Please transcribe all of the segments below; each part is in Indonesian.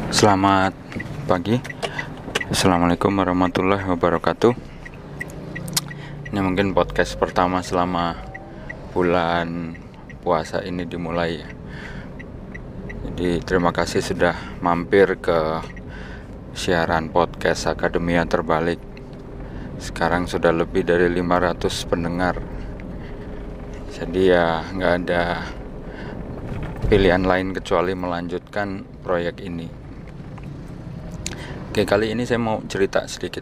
Selamat pagi. Assalamualaikum warahmatullahi wabarakatuh. Ini mungkin podcast pertama selama bulan puasa ini dimulai ya. Jadi terima kasih sudah mampir ke siaran podcast Akademia Terbalik. Sekarang sudah lebih dari 500 pendengar. Jadi ya nggak ada pilihan lain kecuali melanjutkan proyek ini. Oke, kali ini saya mau cerita sedikit.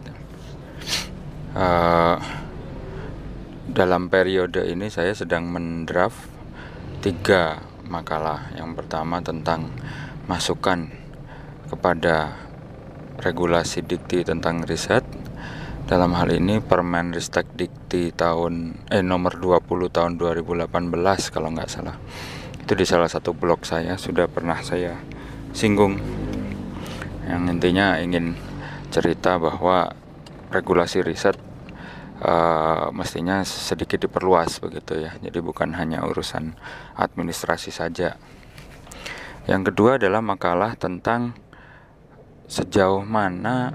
Dalam periode ini saya sedang mendraft 3 makalah. Yang pertama tentang masukan kepada regulasi dikti tentang riset. Dalam hal ini Permenristek Dikti nomor 20 tahun 2018 kalau nggak salah. Itu di salah satu blog saya sudah pernah saya singgung. Yang intinya ingin cerita bahwa regulasi riset mestinya sedikit diperluas begitu ya. Jadi bukan hanya urusan administrasi saja. Yang kedua adalah makalah tentang sejauh mana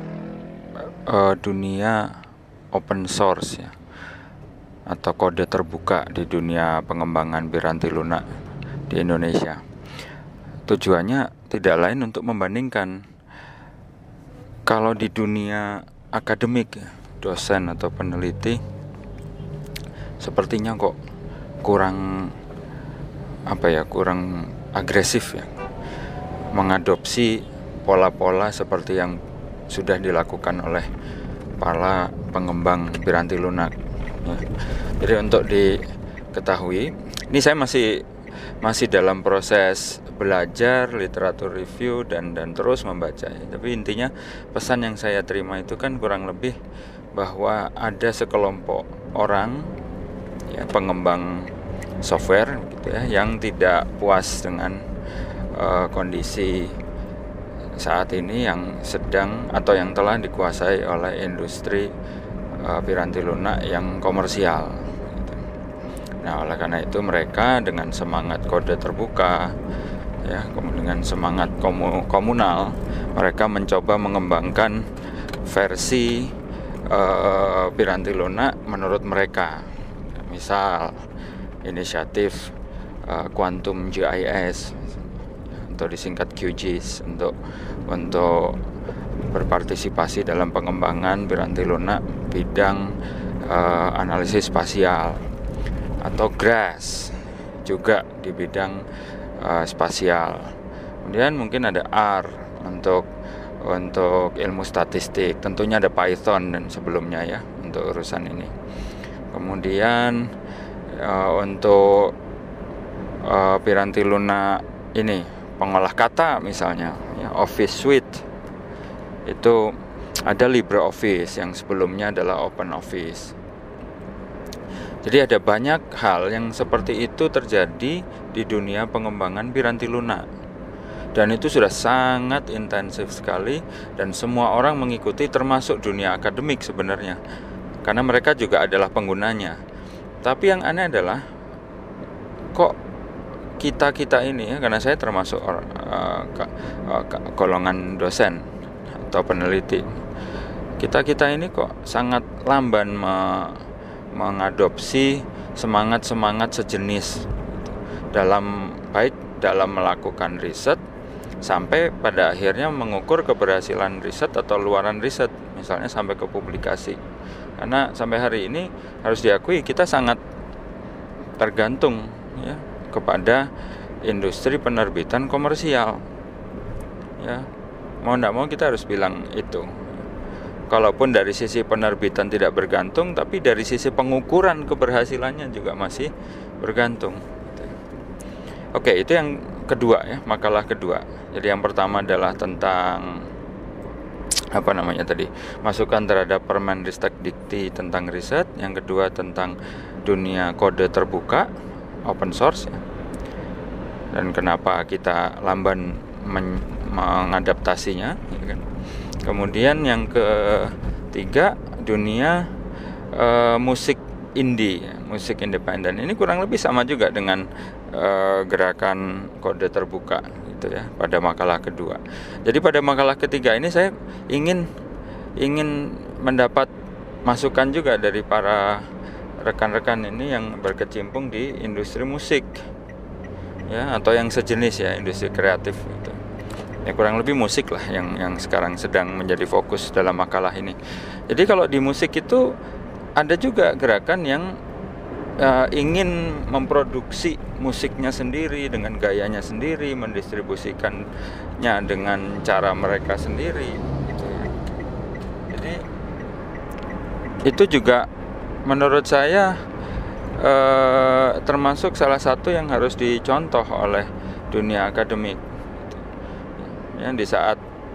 dunia open source ya, atau kode terbuka di dunia pengembangan piranti lunak di Indonesia. Tujuannya tidak lain untuk membandingkan kalau di dunia akademik, dosen atau peneliti sepertinya kok kurang agresif ya, mengadopsi pola-pola seperti yang sudah dilakukan oleh para pengembang piranti lunak ya. Jadi untuk diketahui, ini saya masih dalam proses belajar literatur review dan terus membaca ya. Tapi intinya pesan yang saya terima itu kan kurang lebih bahwa ada sekelompok orang ya, pengembang software gitu ya, yang tidak puas dengan kondisi saat ini yang sedang atau yang telah dikuasai oleh industri piranti lunak yang komersial. Nah, oleh karena itu mereka dengan semangat kode terbuka ya, dengan semangat komunal, mereka mencoba mengembangkan versi piranti lunak menurut mereka. Misal inisiatif Quantum GIS atau disingkat QGIS untuk berpartisipasi dalam pengembangan piranti lunak bidang analisis spasial, atau GRASS juga di bidang spasial. Kemudian mungkin ada R untuk ilmu statistik, tentunya ada Python dan sebelumnya ya untuk urusan ini. Kemudian untuk piranti lunak ini pengolah kata misalnya ya, Office Suite itu ada LibreOffice yang sebelumnya adalah OpenOffice. Jadi ada banyak hal yang seperti itu terjadi di dunia pengembangan piranti lunak. Dan itu sudah sangat intensif sekali dan semua orang mengikuti, termasuk dunia akademik sebenarnya. Karena mereka juga adalah penggunanya. Tapi yang aneh adalah kok kita ini ya, karena saya termasuk golongan dosen atau peneliti. Kita ini kok sangat lamban mengadopsi semangat sejenis baik dalam melakukan riset sampai pada akhirnya mengukur keberhasilan riset atau luaran riset, misalnya sampai ke publikasi. Karena sampai hari ini harus diakui kita sangat tergantung ya kepada industri penerbitan komersial ya. Mau tidak mau kita harus bilang itu. Kalaupun dari sisi penerbitan tidak bergantung, tapi dari sisi pengukuran keberhasilannya juga masih bergantung. Oke, itu yang kedua ya, makalah kedua. Jadi yang pertama adalah tentang masukan terhadap Permenristek Dikti tentang riset. Yang kedua tentang dunia kode terbuka, open source ya. Dan kenapa kita lamban mengadaptasinya ya kan? Kemudian yang ketiga dunia musik indie, musik independen. Ini kurang lebih sama juga dengan gerakan kode terbuka gitu ya pada makalah kedua. Jadi pada makalah ketiga ini saya ingin mendapat masukan juga dari para rekan-rekan ini yang berkecimpung di industri musik ya, atau yang sejenis ya, industri kreatif gitu. Ya kurang lebih musik lah yang sekarang sedang menjadi fokus dalam makalah ini. Jadi kalau di musik itu ada juga gerakan yang ingin memproduksi musiknya sendiri dengan gayanya sendiri, mendistribusikannya dengan cara mereka sendiri gitu ya. Jadi itu juga menurut saya termasuk salah satu yang harus dicontoh oleh dunia akademik ya, di saat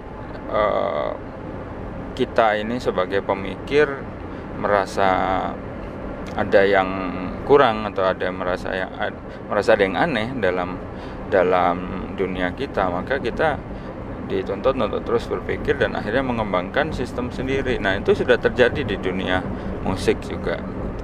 kita ini sebagai pemikir merasa ada yang kurang atau ada merasa ada yang aneh dalam dunia kita, maka kita dituntut untuk terus berpikir dan akhirnya mengembangkan sistem sendiri. Nah, itu sudah terjadi di dunia musik juga.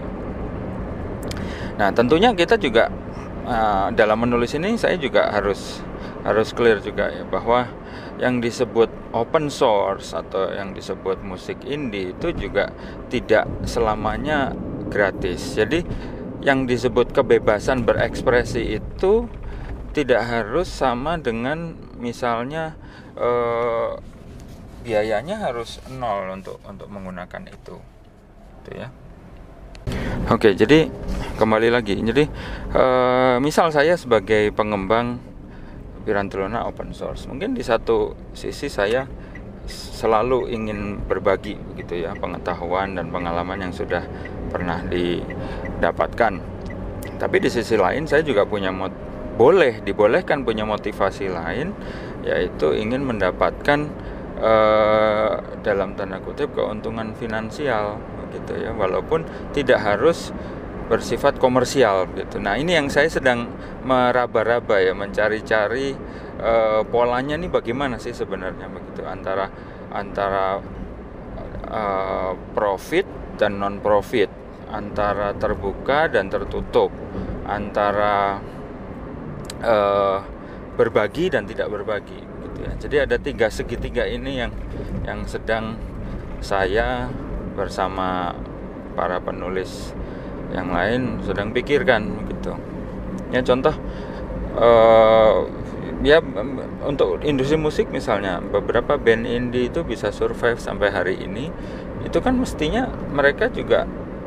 Nah, tentunya kita juga dalam menulis ini saya juga harus clear juga ya, bahwa yang disebut open source atau yang disebut musik indie itu juga tidak selamanya gratis. Jadi yang disebut kebebasan berekspresi itu tidak harus sama dengan misalnya biayanya harus nol untuk menggunakan itu ya. Oke, jadi kembali lagi. Jadi misal saya sebagai pengembang Piranti Lunak open source, mungkin di satu sisi saya selalu ingin berbagi begitu ya, pengetahuan dan pengalaman yang sudah pernah didapatkan. Tapi di sisi lain saya juga dibolehkan punya motivasi lain, yaitu ingin mendapatkan dalam tanda kutip keuntungan finansial gitu ya, walaupun tidak harus bersifat komersial gitu. Nah, ini yang saya sedang meraba-raba ya, mencari-cari polanya nih bagaimana sih sebenarnya begitu antara profit dan non profit, antara terbuka dan tertutup, antara berbagi dan tidak berbagi gitu ya. Jadi ada tiga segitiga ini yang sedang saya bersama para penulis yang lain sedang pikirkan gitu. Ya contoh ya untuk industri musik misalnya, beberapa band indie itu bisa survive sampai hari ini, itu kan mestinya mereka juga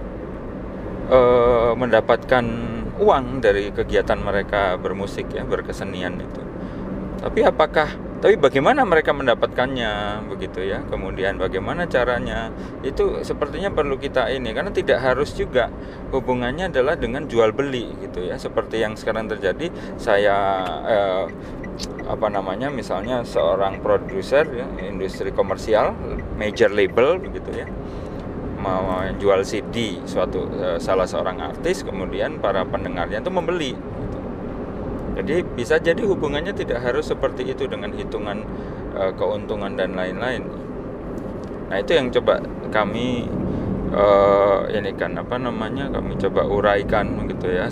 mendapatkan uang dari kegiatan mereka bermusik ya, berkesenian itu. Tapi bagaimana mereka mendapatkannya begitu ya? Kemudian bagaimana caranya? Itu sepertinya perlu kita karena tidak harus juga hubungannya adalah dengan jual beli gitu ya. Seperti yang sekarang terjadi, saya misalnya seorang produser ya, industri komersial, major label begitu ya, mau jual CD salah seorang artis, kemudian para pendengarnya itu membeli. Jadi bisa jadi hubungannya tidak harus seperti itu dengan hitungan keuntungan dan lain-lain. Nah, itu yang coba kami kami coba uraikan gitu ya,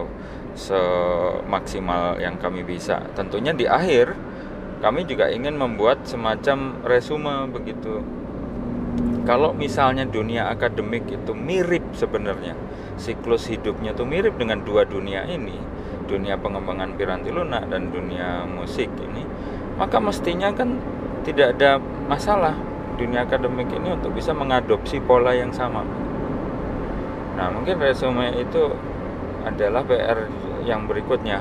semaksimal yang kami bisa. Tentunya di akhir kami juga ingin membuat semacam resume begitu. Kalau misalnya dunia akademik itu mirip sebenarnya, siklus hidupnya itu mirip dengan dua dunia ini, dunia pengembangan piranti lunak dan dunia musik ini, maka mestinya kan tidak ada masalah dunia akademik ini untuk bisa mengadopsi pola yang sama. Nah, mungkin resume itu adalah PR yang berikutnya.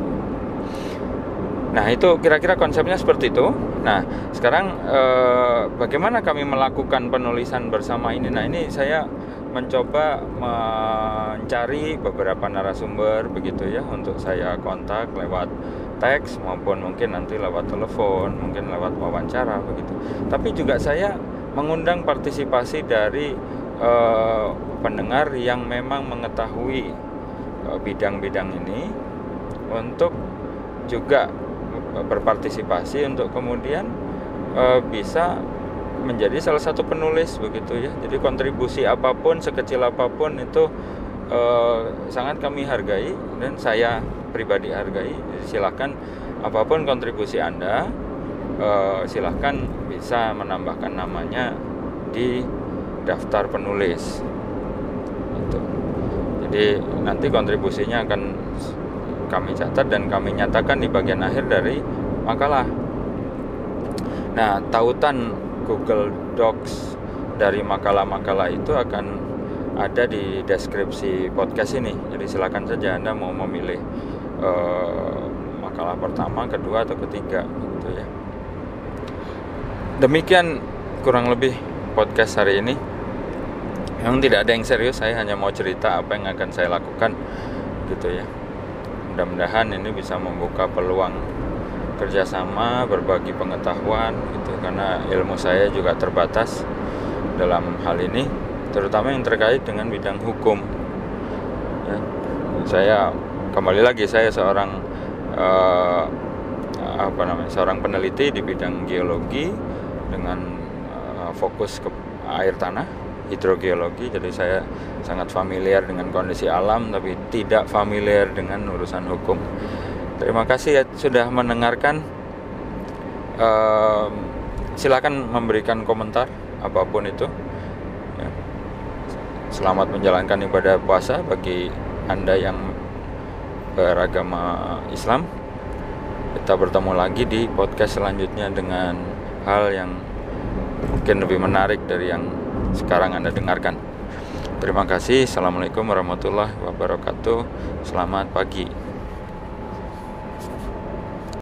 Nah, itu kira-kira konsepnya seperti itu. Nah, sekarang bagaimana kami melakukan penulisan bersama ini? Nah, ini saya mencoba mencari beberapa narasumber begitu ya, untuk saya kontak lewat teks maupun mungkin nanti lewat telepon, mungkin lewat wawancara begitu. Tapi juga saya mengundang partisipasi dari pendengar yang memang mengetahui bidang-bidang ini untuk juga berpartisipasi untuk kemudian bisa menjadi salah satu penulis begitu ya. Jadi kontribusi apapun, sekecil apapun itu sangat kami hargai dan saya pribadi hargai. Silahkan apapun kontribusi Anda, silahkan bisa menambahkan namanya di daftar penulis gitu. Jadi nanti kontribusinya akan kami catat dan kami nyatakan di bagian akhir dari makalah. Nah, tautan Google Docs dari makalah-makalah itu akan ada di deskripsi podcast ini. Jadi silakan saja Anda mau memilih makalah pertama, kedua atau ketiga gitu ya. Demikian kurang lebih podcast hari ini. Memang tidak ada yang serius, saya hanya mau cerita apa yang akan saya lakukan gitu ya. Mudah-mudahan ini bisa membuka peluang kerjasama, berbagi pengetahuan gitu, karena ilmu saya juga terbatas dalam hal ini, terutama yang terkait dengan bidang hukum ya. Saya kembali lagi, saya seorang seorang peneliti di bidang geologi dengan fokus ke air tanah, hidrogeologi. Jadi saya sangat familiar dengan kondisi alam, tapi tidak familiar dengan urusan hukum. Terima kasih ya sudah mendengarkan. Silakan memberikan komentar apapun itu ya. Selamat menjalankan ibadah puasa bagi Anda yang beragama Islam. Kita bertemu lagi di podcast selanjutnya dengan hal yang mungkin lebih menarik dari yang sekarang Anda dengarkan. Terima kasih. Assalamualaikum warahmatullahi wabarakatuh. Selamat pagi.